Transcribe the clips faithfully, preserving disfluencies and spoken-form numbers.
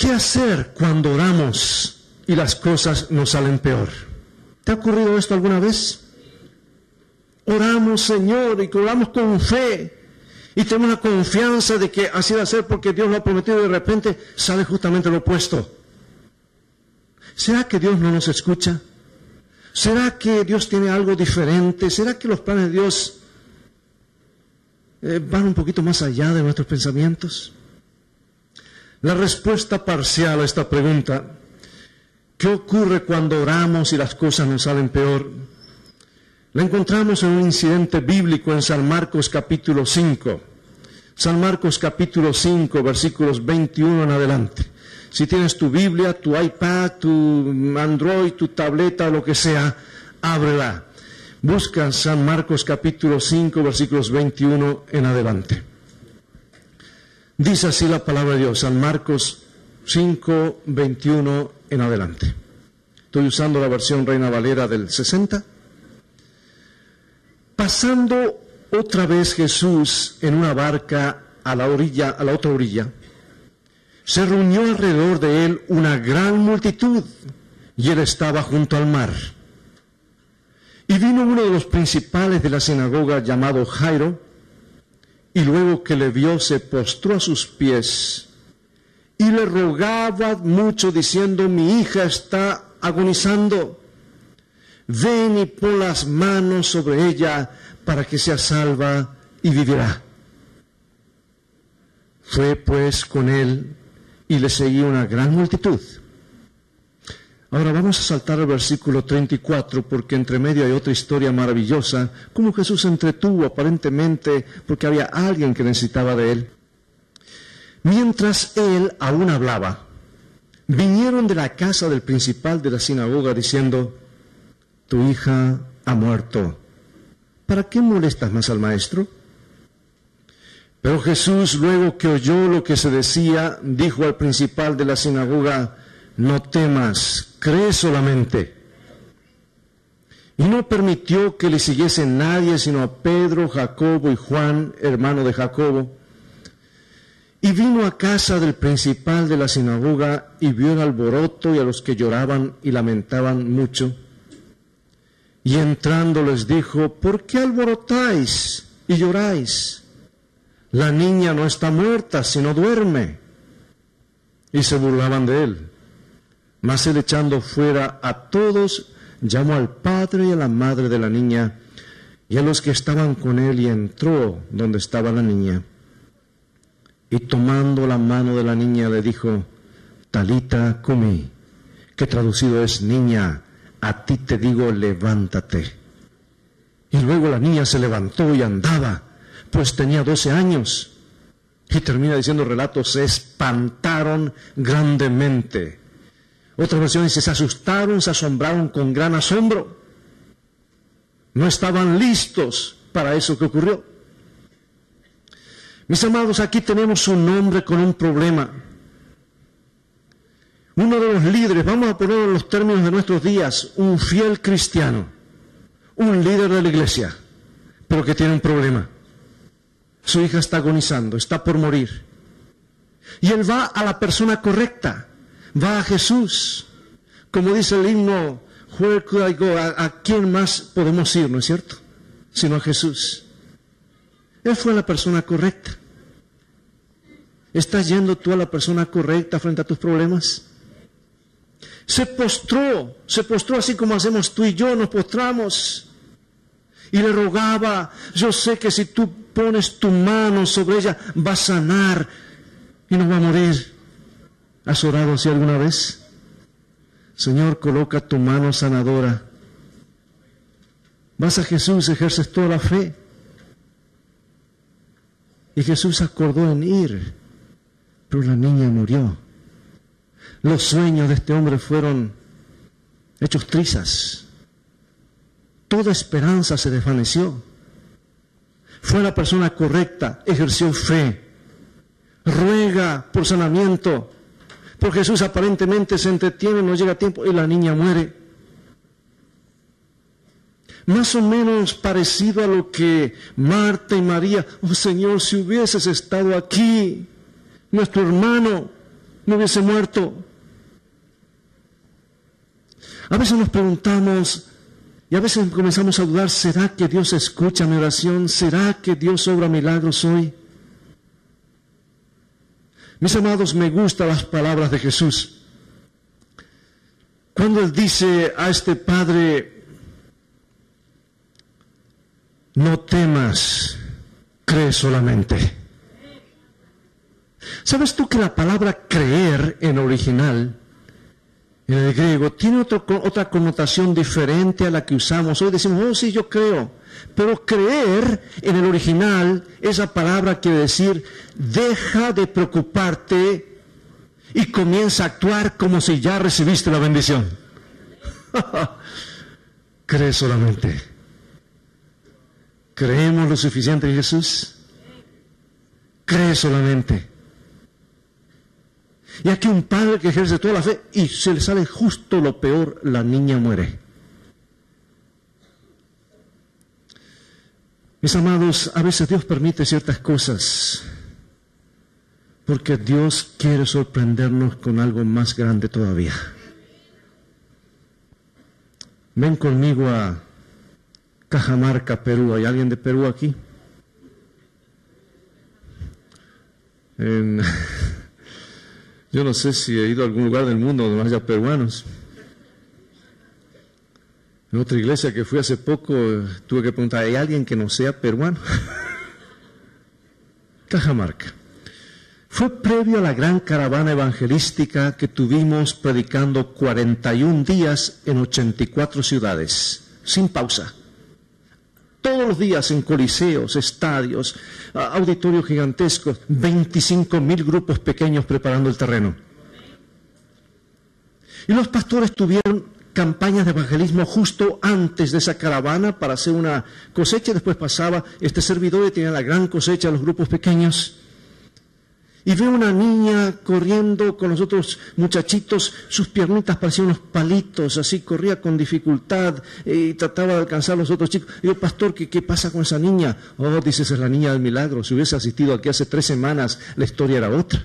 ¿Qué hacer cuando oramos y las cosas nos salen peor? ¿Te ha ocurrido esto alguna vez? Oramos, Señor, y oramos con fe, y tenemos la confianza de que así va a ser porque Dios lo ha prometido, y de repente sale justamente lo opuesto. ¿Será que Dios no nos escucha? ¿Será que Dios tiene algo diferente? ¿Será que los planes de Dios eh, van un poquito más allá de nuestros pensamientos? La respuesta parcial a esta pregunta, ¿qué ocurre cuando oramos y las cosas nos salen peor?, la encontramos en un incidente bíblico en San Marcos capítulo cinco. San Marcos capítulo cinco, versículos veintiuno en adelante. Si tienes tu Biblia, tu iPad, tu Android, tu tableta, lo que sea, ábrela. Busca San Marcos capítulo cinco, versículos veintiuno en adelante. Dice así la palabra de Dios, San Marcos cinco, veintiuno en adelante. Estoy usando la versión Reina Valera del sesenta. Pasando otra vez Jesús en una barca a la orilla, a la otra orilla, se reunió alrededor de él una gran multitud, y él estaba junto al mar. Y vino uno de los principales de la sinagoga llamado Jairo, y luego que le vio se postró a sus pies y le rogaba mucho diciendo: mi hija está agonizando, ven y pon las manos sobre ella para que sea salva y vivirá. Fue pues con él y le seguía una gran multitud. Ahora vamos a saltar al versículo treinta y cuatro, porque entre medio hay otra historia maravillosa, como Jesús se entretuvo aparentemente porque había alguien que necesitaba de él. Mientras él aún hablaba, vinieron de la casa del principal de la sinagoga diciendo: tu hija ha muerto, ¿para qué molestas más al maestro? Pero Jesús, luego que oyó lo que se decía, dijo al principal de la sinagoga: no temas, cree solamente. Y no permitió que le siguiese nadie sino a Pedro, Jacobo y Juan, hermano de Jacobo. Y vino a casa del principal de la sinagoga y vio el alboroto y a los que lloraban y lamentaban mucho. Y entrando les dijo: ¿por qué alborotáis y lloráis? La niña no está muerta, sino duerme. Y se burlaban de él. Mas él, echando fuera a todos, llamó al padre y a la madre de la niña y a los que estaban con él, y entró donde estaba la niña. Y tomando la mano de la niña le dijo: Talita cumi, que traducido es: niña, a ti te digo, levántate. Y luego la niña se levantó y andaba, pues tenía doce años. Y termina diciendo el relato: se espantaron grandemente. Otra versión dice: se asustaron, se asombraron con gran asombro. No estaban listos para eso que ocurrió. Mis amados, aquí tenemos un hombre con un problema. Uno de los líderes, vamos a ponerlo en los términos de nuestros días, un fiel cristiano, un líder de la iglesia, pero que tiene un problema. Su hija está agonizando, está por morir. Y él va a la persona correcta, va a Jesús. Como dice el himno, where could I go? ¿A, a quién más podemos ir, no es cierto? Sino a Jesús. Él fue a la persona correcta. ¿Estás yendo tú a la persona correcta frente a tus problemas? Se postró, se postró así como hacemos tú y yo, nos postramos. Y le rogaba: yo sé que si tú pones tu mano sobre ella, va a sanar y no va a morir. ¿Has orado así alguna vez? Señor, coloca tu mano sanadora. Vas a Jesús, ejerces toda la fe. Y Jesús acordó en ir, pero la niña murió. Los sueños de este hombre fueron hechos trizas. Toda esperanza se desvaneció. Fue la persona correcta, ejerció fe, ruega por sanamiento. Pero Jesús aparentemente se entretiene, no llega a tiempo y la niña muere. Más o menos parecido a lo que Marta y María: oh Señor, si hubieses estado aquí, nuestro hermano no hubiese muerto. A veces nos preguntamos, y a veces comenzamos a dudar, ¿será que Dios escucha mi oración? ¿Será que Dios obra milagros hoy? Mis amados, me gustan las palabras de Jesús. Cuando Él dice a este padre, no temas, cree solamente. ¿Sabes tú que la palabra creer en original, en el griego, tiene otro, otra connotación diferente a la que usamos? Hoy decimos, oh sí, yo creo. Pero creer en el original, esa palabra quiere decir, deja de preocuparte y comienza a actuar como si ya recibiste la bendición. Cree solamente. ¿Creemos lo suficiente en Jesús? Cree solamente. Y aquí un padre que ejerce toda la fe y se le sale justo lo peor, la niña muere. Mis amados, a veces Dios permite ciertas cosas porque Dios quiere sorprendernos con algo más grande todavía. Ven conmigo a Cajamarca, Perú. ¿Hay alguien de Perú aquí? En... Yo no sé si he ido a algún lugar del mundo donde haya peruanos. En otra iglesia que fui hace poco, tuve que preguntar, ¿hay alguien que no sea peruano? Cajamarca. Fue previo a la gran caravana evangelística que tuvimos predicando cuarenta y un días en ochenta y cuatro ciudades, sin pausa. Todos los días en coliseos, estadios, auditorios gigantescos, veinticinco mil grupos pequeños preparando el terreno. Y los pastores tuvieron campañas de evangelismo justo antes de esa caravana para hacer una cosecha. Después pasaba este servidor y tenía la gran cosecha de los grupos pequeños. Y veo una niña corriendo con los otros muchachitos, sus piernitas parecían unos palitos, así corría con dificultad y trataba de alcanzar a los otros chicos. Y yo, pastor, ¿qué, ¿qué pasa con esa niña? Oh, dice, esa es la niña del milagro. Si hubiese asistido aquí hace tres semanas, la historia era otra.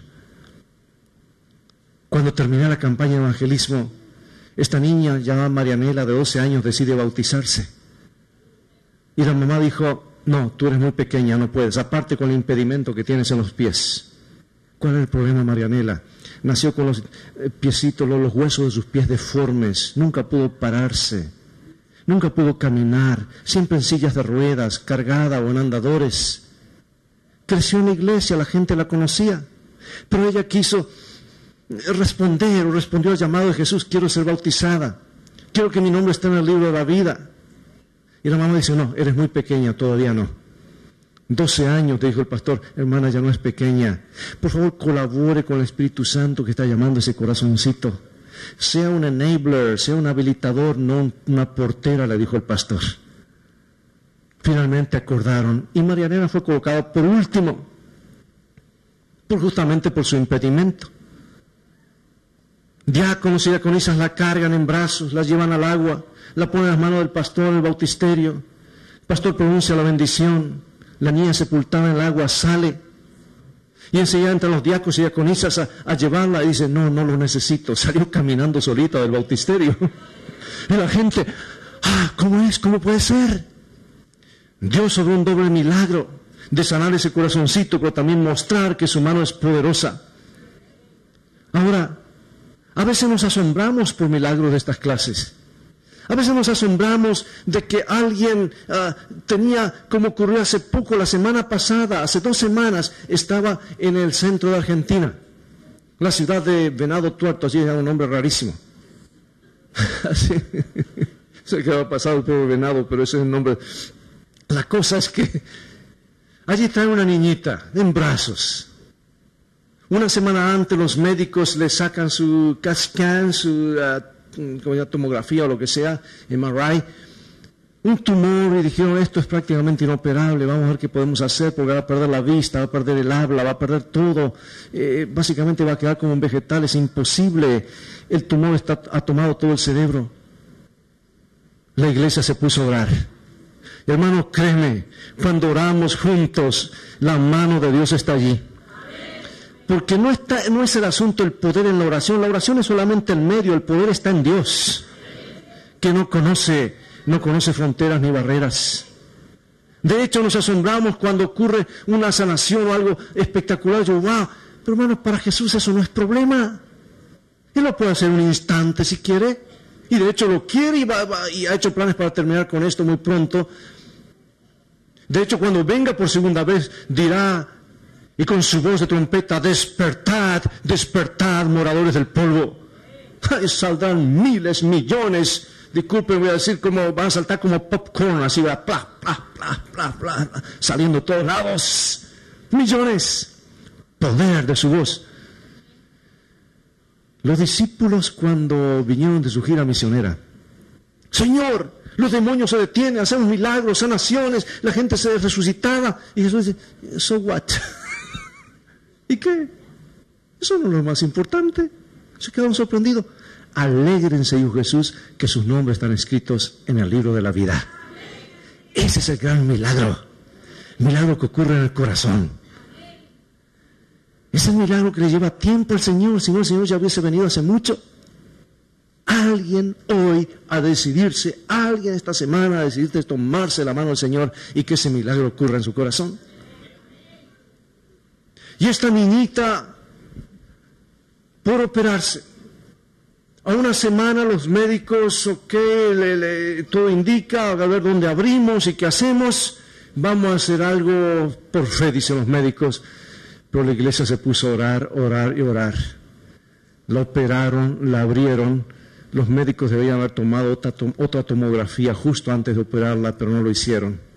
Cuando terminé la campaña de evangelismo, esta niña, llamada Marianela, de doce años, decide bautizarse. Y la mamá dijo, no, tú eres muy pequeña, no puedes, aparte con el impedimento que tienes en los pies. ¿Cuál es el problema, Marianela? Nació con los piecitos, los huesos de sus pies deformes, nunca pudo pararse, nunca pudo caminar, siempre en sillas de ruedas, cargada o en andadores. Creció en la iglesia, la gente la conocía, pero ella quiso responder o respondió al llamado de Jesús, quiero ser bautizada, quiero que mi nombre esté en el libro de la vida. Y la mamá dice, no, eres muy pequeña, todavía no. doce años, te dijo el pastor, hermana, ya no es pequeña. Por favor, colabore con el Espíritu Santo que está llamando ese corazoncito. Sea un enabler, sea un habilitador, no una portera, le dijo el pastor. Finalmente acordaron y Marianela fue colocada por último, por justamente por su impedimento. Diáconos y diaconisas la cargan en brazos, la llevan al agua, la ponen en las manos del pastor en el bautisterio. El pastor pronuncia la bendición. La niña sepultada en el agua sale y enseguida entran los diáconos y diaconisas a, a llevarla y dice, no, no lo necesito. Salió caminando solita del bautisterio. Y la gente, ah, ¿cómo es? ¿Cómo puede ser? Dios obró un doble milagro de sanar ese corazoncito, pero también mostrar que su mano es poderosa. Ahora, a veces nos asombramos por milagros de estas clases. A veces nos asombramos de que alguien uh, tenía, como ocurrió hace poco, la semana pasada, hace dos semanas, estaba en el centro de Argentina, la ciudad de Venado Tuerto, allí era un nombre rarísimo. Así, sé que ha pasado el pobre Venado, pero ese es el nombre. La cosa es que allí trae una niñita en brazos. Una semana antes los médicos le sacan su C A T scan, su uh, como ya tomografía o lo que sea, M R I, un tumor, y dijeron, esto es prácticamente inoperable, vamos a ver qué podemos hacer, porque va a perder la vista, va a perder el habla, va a perder todo, eh, básicamente va a quedar como un vegetal, es imposible, el tumor está, ha tomado todo el cerebro. La iglesia se puso a orar. Hermano, créeme, cuando oramos juntos, la mano de Dios está allí. Porque no, está, no es el asunto el poder en la oración. La oración es solamente el medio, el poder está en Dios, que no conoce, no conoce fronteras ni barreras. De hecho, nos asombramos cuando ocurre una sanación o algo espectacular. Yo, wow, pero hermanos, para Jesús eso no es problema. Él lo puede hacer en un instante si quiere. Y de hecho lo quiere y, va, va, y ha hecho planes para terminar con esto muy pronto. De hecho, cuando venga por segunda vez, dirá, y con su voz de trompeta, despertad, despertad, moradores del polvo. Ay, saldrán miles, millones, disculpen, voy a decir, como van a saltar como popcorn, así va, pla, pla, pla, pla, pla, saliendo a todos lados. Millones. Poder de su voz. Los discípulos, cuando vinieron de su gira misionera, Señor, los demonios se detienen, hacemos milagros, sanaciones, la gente se resucitaba. Y Jesús dice, so what? ¿Y qué? Eso no es lo más importante. Se quedaron sorprendidos. Alégrense, dijo Jesús, que sus nombres están escritos en el libro de la vida. Ese es el gran milagro. Milagro que ocurre en el corazón. Ese milagro que le lleva tiempo al Señor. Si no, el Señor ya hubiese venido hace mucho. Alguien hoy a decidirse, alguien esta semana a decidirse tomarse la mano del Señor y que ese milagro ocurra en su corazón. Y esta niñita, por operarse, a una semana los médicos, ok, le, le, todo indica, a ver dónde abrimos y qué hacemos, vamos a hacer algo por fe, dicen los médicos. Pero la iglesia se puso a orar, orar y orar. La operaron, la abrieron. Los médicos debían haber tomado otra, tom, otra tomografía justo antes de operarla, pero no lo hicieron.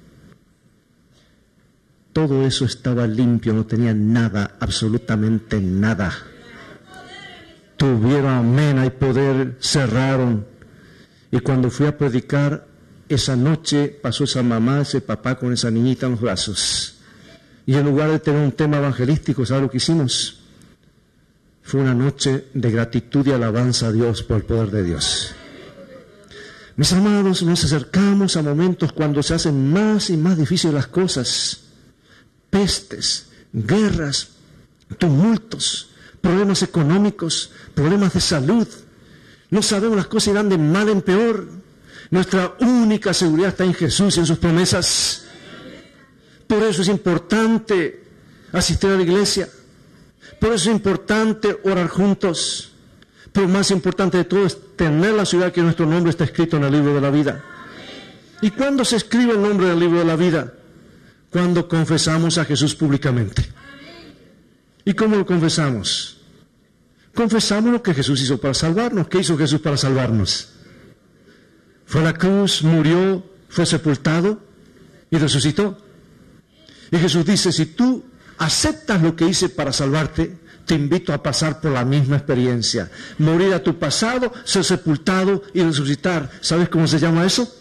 Todo eso estaba limpio, no tenía nada, absolutamente nada. Tuvieron amén y poder, cerraron. Y cuando fui a predicar, esa noche pasó esa mamá, ese papá con esa niñita en los brazos. Y en lugar de tener un tema evangelístico, ¿sabe lo que hicimos? Fue una noche de gratitud y alabanza a Dios por el poder de Dios. Mis amados, nos acercamos a momentos cuando se hacen más y más difíciles las cosas. Pestes, guerras, tumultos, problemas económicos, problemas de salud. No sabemos, las cosas irán de mal en peor. Nuestra única seguridad está en Jesús y en sus promesas. Por eso es importante asistir a la iglesia. Por eso es importante orar juntos. Pero más importante de todo es tener la seguridad que nuestro nombre está escrito en el libro de la vida. ¿Y cuándo se escribe el nombre del libro de la vida? Cuando confesamos a Jesús públicamente. ¿Y cómo lo confesamos? Confesamos lo que Jesús hizo para salvarnos. ¿Qué hizo Jesús para salvarnos? Fue a la cruz, murió, fue sepultado y resucitó. Y Jesús dice, si tú aceptas lo que hice para salvarte, te invito a pasar por la misma experiencia. Morir a tu pasado, ser sepultado y resucitar. ¿Sabes cómo se llama eso?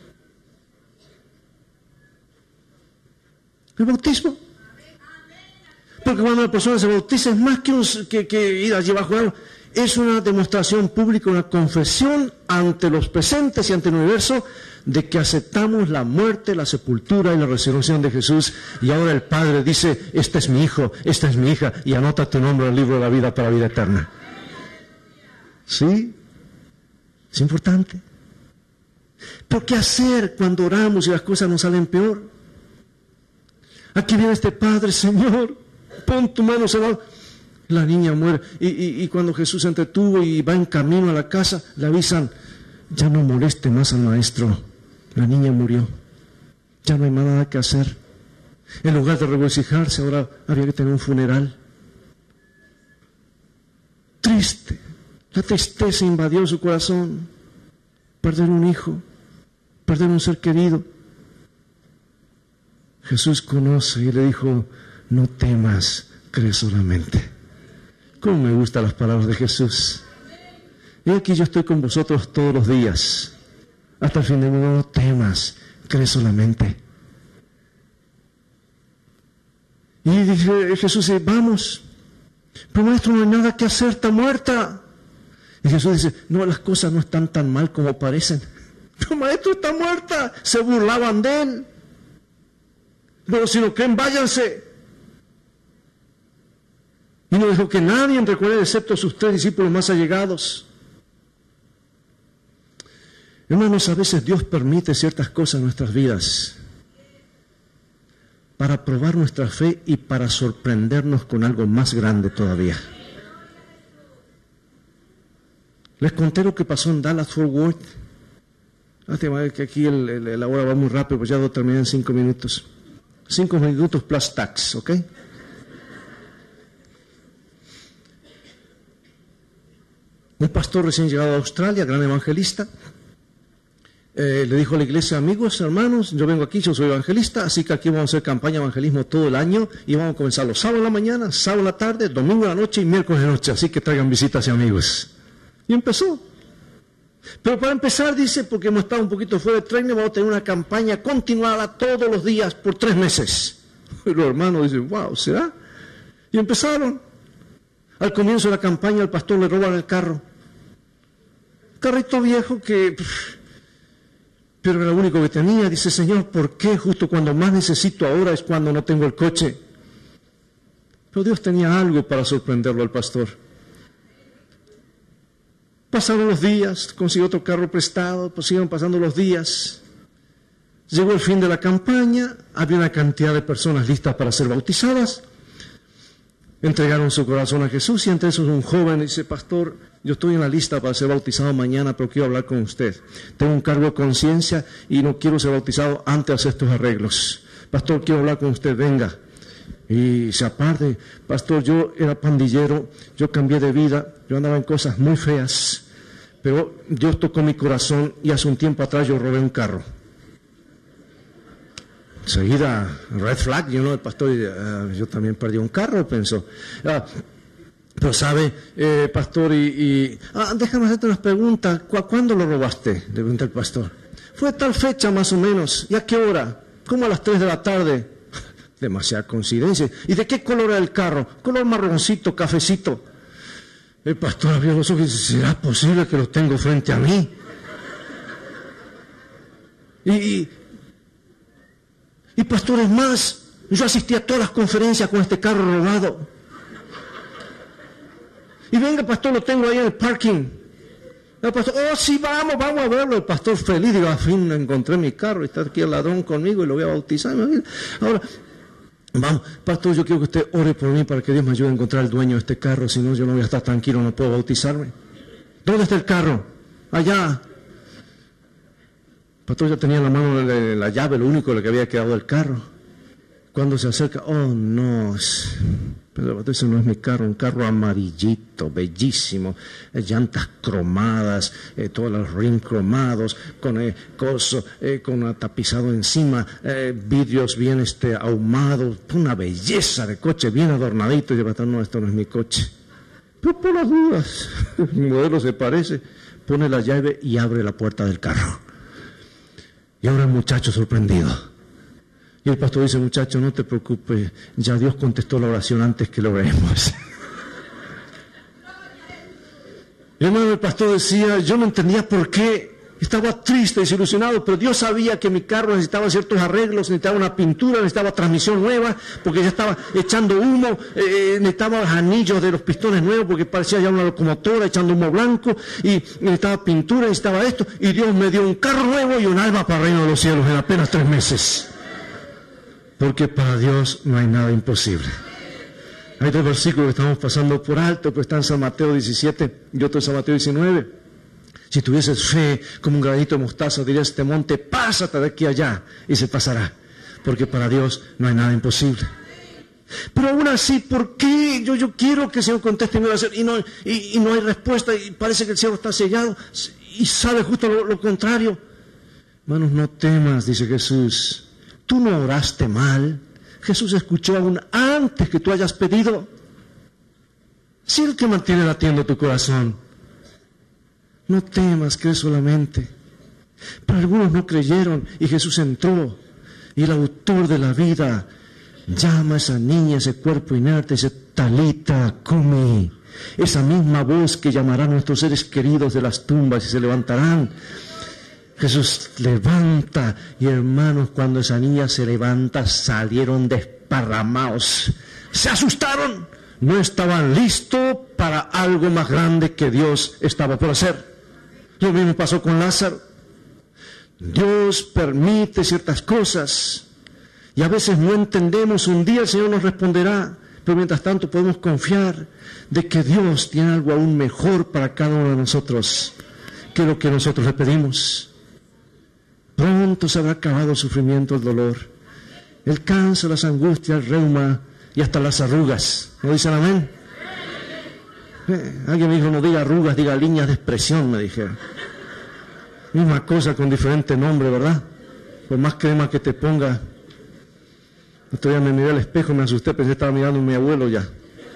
El bautismo. Porque cuando una persona se bautiza es más que, un, que, que ir allí bajo agua. Es una demostración pública, una confesión ante los presentes y ante el universo de que aceptamos la muerte, la sepultura y la resurrección de Jesús. Y ahora el Padre dice, este es mi hijo, esta es mi hija, y anota tu nombre en el libro de la vida para vida eterna. ¿Sí? Es importante. Pero ¿qué hacer cuando oramos y las cosas nos salen peor? Aquí viene este padre, Señor, pon tu mano sobre la niña muere. Y, y, y cuando Jesús se entretuvo y va en camino a la casa, le avisan, ya no moleste más al maestro. La niña murió. Ya no hay más nada que hacer. En lugar de regocijarse, ahora había que tener un funeral. Triste. La tristeza invadió su corazón. Perder un hijo, perder un ser querido. Jesús conoce y le dijo, no temas, cree solamente. ¿Cómo me gustan las palabras de Jesús? Y aquí yo estoy con vosotros todos los días. Hasta el fin del mundo, no temas, cree solamente. Y dice, Jesús dice, vamos. Pero maestro, no hay nada que hacer, está muerta. Y Jesús dice, no, las cosas no están tan mal como parecen. Pero maestro, está muerta. Se burlaban de él. Pero si lo creen, váyanse. Y no dejó que nadie recuerde excepto sus tres discípulos más allegados. Hermanos, a veces Dios permite ciertas cosas en nuestras vidas para probar nuestra fe y para sorprendernos con algo más grande todavía. Les conté lo que pasó en Dallas Fort Worth. Lástima que aquí el, el, la hora va muy rápido, pues ya lo terminé en cinco minutos. Cinco minutos plus tax, ¿ok? Un pastor recién llegado a Australia, gran evangelista, eh, le dijo a la iglesia: amigos, hermanos, yo vengo aquí, yo soy evangelista, así que aquí vamos a hacer campaña de evangelismo todo el año y vamos a comenzar los sábados en la mañana, sábado en la tarde, domingo en la noche y miércoles en la noche, así que traigan visitas y amigos. Y empezó. Pero para empezar, dice, porque hemos estado un poquito fuera de training, vamos a tener una campaña continuada todos los días por tres meses. Y los hermanos dicen: wow, ¿será? Y empezaron. Al comienzo de la campaña, al pastor le roban el carro. Carrito viejo que... pero era lo único que tenía. Dice: Señor, ¿por qué justo cuando más necesito ahora es cuando no tengo el coche? Pero Dios tenía algo para sorprenderlo al pastor. Pasaron los días, consiguió otro carro prestado, pues siguieron pasando los días. Llegó el fin de la campaña, había una cantidad de personas listas para ser bautizadas. Entregaron su corazón a Jesús y entre esos un joven dice: pastor, yo estoy en la lista para ser bautizado mañana, pero quiero hablar con usted. Tengo un cargo de conciencia y no quiero ser bautizado antes de hacer estos arreglos. Pastor, quiero hablar con usted, venga. Y se aparte: pastor, yo era pandillero, yo cambié de vida, yo andaba en cosas muy feas, pero Dios tocó mi corazón y hace un tiempo atrás yo robé un carro. Enseguida, red flag, you know, el pastor, uh, yo también perdí un carro, pensó. Uh, pero sabe, eh, pastor, y, y ah, déjame hacerte unas preguntas. ¿Cu ¿Cuándo lo robaste? Le pregunta el pastor. Fue tal fecha más o menos. ¿Y a qué hora? ¿Cómo a las tres de la tarde? Demasiada coincidencia. ¿Y de qué color era el carro? Color marroncito, cafecito. El pastor abrió los ojos y dice: ¿será posible que lo tengo frente a mí? Y, y, y pastor, es más, yo asistí a todas las conferencias con este carro robado. Y venga, pastor, lo tengo ahí en el parking. El pastor: oh, sí, vamos, vamos a verlo. El pastor feliz, digo: al fin encontré mi carro y está aquí el ladrón conmigo y lo voy a bautizar. Ahora, vamos, pastor, yo quiero que usted ore por mí para que Dios me ayude a encontrar el dueño de este carro, si no yo no voy a estar tranquilo, no puedo bautizarme. ¿Dónde está el carro? Allá. Pastor ya tenía en la mano la, la llave, lo único que le había quedado del carro. Cuando se acerca: oh no, pero ese no es mi carro, un carro amarillito, bellísimo, eh, llantas cromadas, eh, todos los rims cromados, con eh, coso, eh, con tapizado encima, eh, vidrios bien este, ahumados, una belleza de coche, bien adornadito. Y de pastor: no, esto no es mi coche. Pero por las dudas, el modelo se parece, pone la llave y abre la puerta del carro. Y ahora el muchacho sorprendido. Y el pastor dice: muchacho, no te preocupes, ya Dios contestó la oración antes que lo veamos. Y hermano, el pastor decía: yo no entendía por qué. Estaba triste, desilusionado, pero Dios sabía que mi carro necesitaba ciertos arreglos, necesitaba una pintura, necesitaba transmisión nueva, porque ya estaba echando humo, eh, necesitaba los anillos de los pistones nuevos, porque parecía ya una locomotora echando humo blanco, y necesitaba pintura, necesitaba esto, y Dios me dio un carro nuevo y un alma para el reino de los cielos en apenas tres meses. Porque para Dios no hay nada imposible. Hay dos versículos que estamos pasando por alto, pero están en San Mateo diecisiete y otro en San Mateo diecinueve. Si tuvieses fe como un granito de mostaza, dirías a este monte: pásate de aquí a allá, y se pasará. Porque para Dios no hay nada imposible. Pero aún así, ¿por qué? Yo, yo quiero que el Señor conteste mi oración y no, y, y no hay respuesta, y parece que el cielo está sellado, y sabe justo lo, lo contrario. Hermanos, no temas, dice Jesús. Tú no oraste mal. Jesús escuchó aún antes que tú hayas pedido. Si Él que mantiene latiendo tu corazón. No temas, cree solamente. Pero algunos no creyeron y Jesús entró. Y el autor de la vida llama a esa niña, ese cuerpo inerte, y dice: Talita cumi. Esa misma voz que llamará a nuestros seres queridos de las tumbas y se levantarán. Jesús levanta, y hermanos, cuando esa niña se levanta, salieron desparramados. Se asustaron. no estaban listos para algo más grande que Dios estaba por hacer. Lo mismo pasó con Lázaro. Dios permite ciertas cosas y a veces no entendemos. Un día el Señor nos responderá, pero mientras tanto podemos confiar de que Dios tiene algo aún mejor para cada uno de nosotros que lo que nosotros le pedimos. Pronto se habrá acabado el sufrimiento, el dolor, el cáncer, las angustias, el reuma y hasta las arrugas. ¿No dicen amén? Eh, alguien me dijo, no diga arrugas, diga líneas de expresión, me dijeron. Misma cosa con diferente nombre, ¿verdad? Por más crema que te ponga. Otro día me miré al espejo y me asusté, pensé que estaba mirando a mi abuelo ya.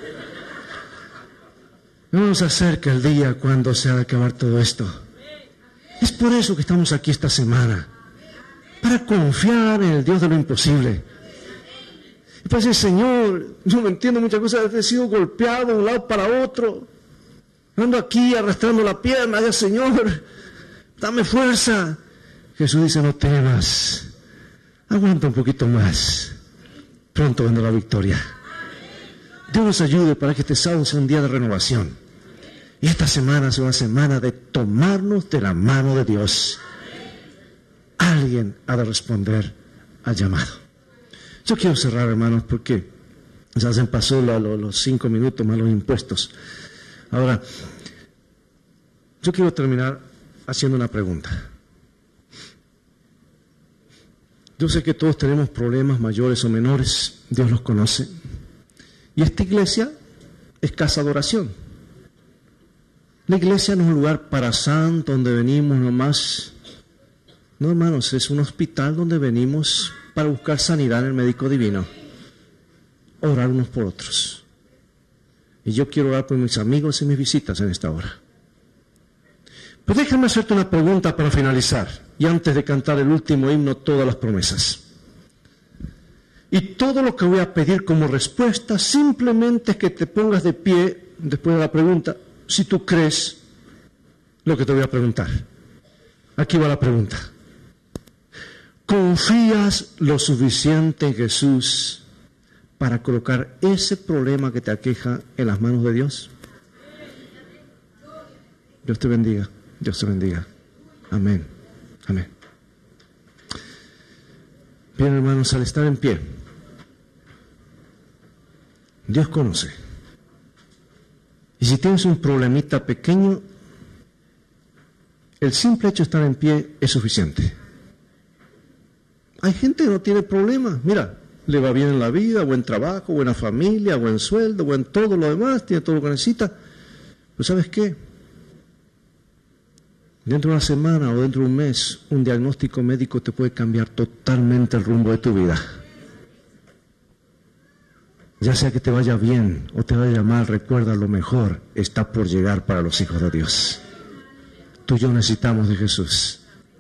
No nos acerca el día cuando se ha de acabar todo esto. Es por eso que estamos aquí esta semana, para confiar en el Dios de lo imposible. Y para decir, Señor, yo no entiendo muchas cosas, he sido golpeado de un lado para otro, ando aquí arrastrando la pierna, ya Señor, dame fuerza. Jesús dice, no temas, aguanta un poquito más, pronto vendrá la victoria. Dios nos ayude para que este sábado sea un día de renovación. Y esta semana sea una semana de tomarnos de la mano de Dios. Alguien ha de responder al llamado. Yo quiero cerrar, hermanos, porque ya se pasó lo, lo, los cinco minutos más los impuestos. Ahora, yo quiero terminar haciendo una pregunta. Yo sé que todos tenemos problemas mayores o menores, Dios los conoce. Y esta iglesia es casa de oración. La iglesia no es un lugar para santos donde venimos nomás. No, hermanos, es un hospital donde venimos para buscar sanidad en el médico divino. Orar unos por otros. Y yo quiero orar por mis amigos y mis visitas en esta hora. Pero déjame hacerte una pregunta para finalizar. Y antes de cantar el último himno, todas las promesas. Y todo lo que voy a pedir como respuesta simplemente es que te pongas de pie después de la pregunta, si tú crees lo que te voy a preguntar. Aquí va la pregunta. ¿Confías lo suficiente en Jesús para colocar ese problema que te aqueja en las manos de Dios? Dios te bendiga. Dios te bendiga. Amén. Amén. Bien, hermanos, al estar en pie, Dios conoce. Y si tienes un problemita pequeño, el simple hecho de estar en pie es suficiente. Hay gente que no tiene problemas. Mira, le va bien en la vida, buen trabajo, buena familia, buen sueldo, buen todo lo demás, tiene todo lo que necesita. Pero ¿sabes qué? Dentro de una semana o dentro de un mes, un diagnóstico médico te puede cambiar totalmente el rumbo de tu vida. Ya sea que te vaya bien o te vaya mal, recuerda, lo mejor está por llegar para los hijos de Dios. Tú y yo necesitamos de Jesús.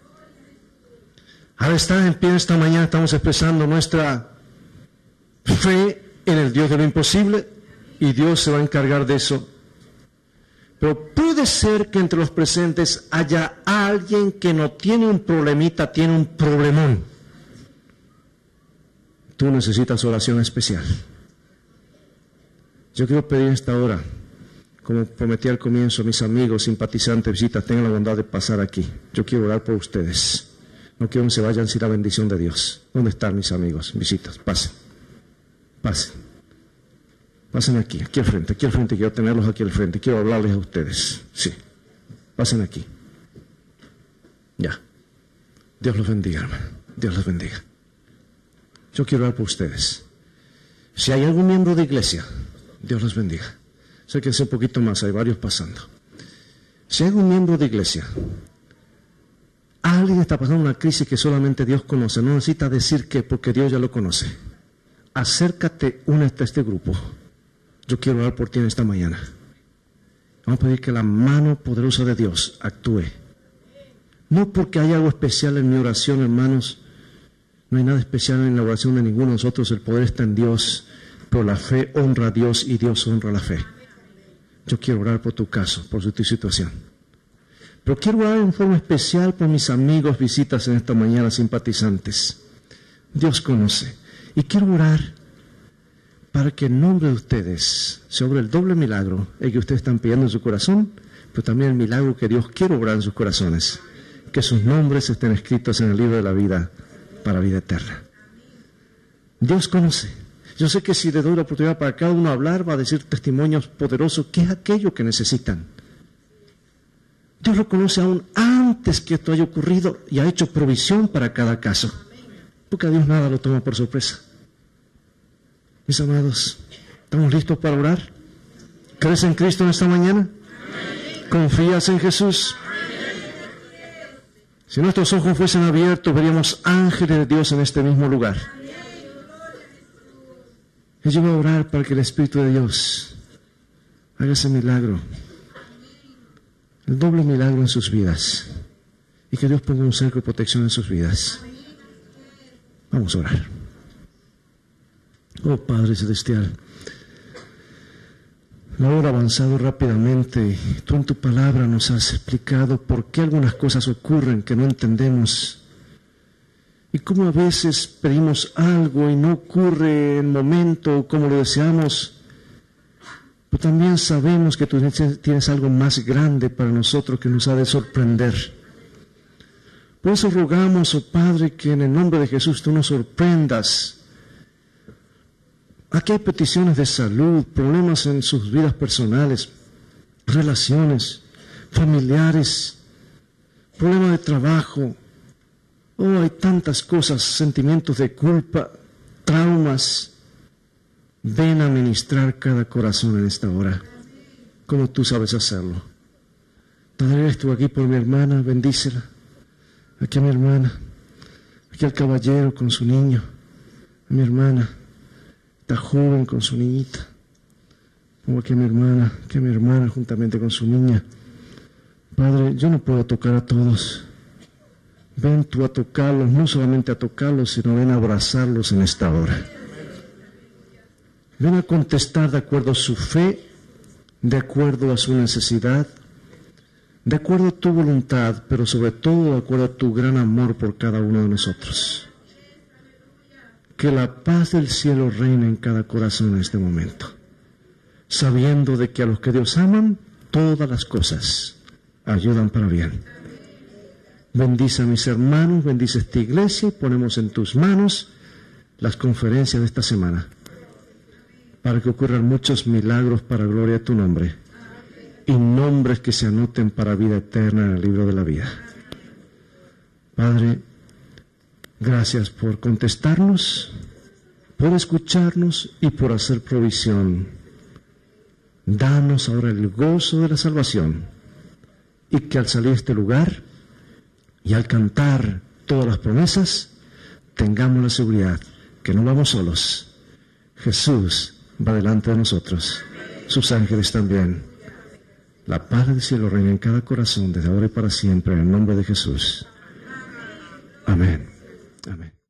Al estar en pie esta mañana estamos expresando nuestra fe en el Dios de lo imposible y Dios se va a encargar de eso. Pero puede ser que entre los presentes haya alguien que no tiene un problemita, tiene un problemón. Tú necesitas oración especial. Yo quiero pedir en esta hora, como prometí al comienzo, mis amigos, simpatizantes, visitas, tengan la bondad de pasar aquí. Yo quiero orar por ustedes. No quiero que se vayan sin la bendición de Dios. ¿Dónde están mis amigos, visitas? Pasen. Pasen. Pasen aquí, aquí al frente, aquí al frente. Quiero tenerlos aquí al frente. Quiero hablarles a ustedes. Sí. Pasen aquí. Ya. Dios los bendiga, hermano. Dios los bendiga. Yo quiero orar por ustedes. Si hay algún miembro de iglesia, Dios los bendiga. Sé que hace un poquito más, hay varios pasando. Si hay algún miembro de iglesia, alguien está pasando una crisis que solamente Dios conoce, no necesita decir qué, porque Dios ya lo conoce. Acércate, únete a este grupo. Yo quiero orar por ti en esta mañana. Vamos a pedir que la mano poderosa de Dios actúe. No porque hay algo especial en mi oración, hermanos. No hay nada especial en la oración de ninguno de nosotros. El poder está en Dios. Pero la fe honra a Dios y Dios honra la fe. Yo quiero orar por tu caso, por tu situación. Pero quiero orar en forma especial por mis amigos, visitas en esta mañana, simpatizantes. Dios conoce. Y quiero orar para que en nombre de ustedes se obre el doble milagro, el que ustedes están pidiendo en su corazón, pero también el milagro que Dios quiere obrar en sus corazones, que sus nombres estén escritos en el libro de la vida para vida eterna. Dios conoce. Yo sé que si le doy la oportunidad para cada uno hablar, va a decir testimonios poderosos, ¿qué es aquello que necesitan? Dios lo conoce aún antes que esto haya ocurrido y ha hecho provisión para cada caso, porque a Dios nada lo toma por sorpresa. Mis amados, ¿estamos listos para orar? ¿Crees en Cristo en esta mañana? ¿Confías en Jesús? Si nuestros ojos fuesen abiertos, veríamos ángeles de Dios en este mismo lugar. Y yo voy a orar para que el Espíritu de Dios haga ese milagro, el doble milagro en sus vidas, y que Dios ponga un cerco de protección en sus vidas. Vamos a orar. Oh Padre Celestial, la hora ha avanzado rápidamente y tú en tu palabra nos has explicado por qué algunas cosas ocurren que no entendemos y cómo a veces pedimos algo y no ocurre en el momento como lo deseamos, pero también sabemos que tú tienes algo más grande para nosotros que nos ha de sorprender. Por eso rogamos, oh Padre, que en el nombre de Jesús tú nos sorprendas. Aquí hay peticiones de salud, problemas en sus vidas personales, relaciones, familiares, problemas de trabajo. Oh, hay tantas cosas, sentimientos de culpa, traumas. Ven a ministrar cada corazón en esta hora, como tú sabes hacerlo. Padre, estuve aquí por mi hermana, bendícela. Aquí a mi hermana, aquí al caballero con su niño, a mi hermana. Esta joven con su niñita, pongo aquí a mi hermana, aquí a mi hermana juntamente con su niña. Padre, yo no puedo tocar a todos. Ven tú a tocarlos, no solamente a tocarlos, sino ven a abrazarlos en esta hora. Ven a contestar de acuerdo a su fe, de acuerdo a su necesidad, de acuerdo a tu voluntad, pero sobre todo de acuerdo a tu gran amor por cada uno de nosotros. Que la paz del cielo reine en cada corazón en este momento, sabiendo de que a los que Dios aman, todas las cosas ayudan para bien. Bendice a mis hermanos, bendice esta iglesia y ponemos en tus manos las conferencias de esta semana, para que ocurran muchos milagros para gloria de tu nombre y nombres que se anoten para vida eterna en el libro de la vida. Padre, gracias por contestarnos, por escucharnos y por hacer provisión. Danos ahora el gozo de la salvación y que al salir de este lugar y al cantar todas las promesas, tengamos la seguridad que no vamos solos. Jesús va delante de nosotros, sus ángeles también. La paz del cielo reina en cada corazón desde ahora y para siempre, en el nombre de Jesús. Amén. Amén.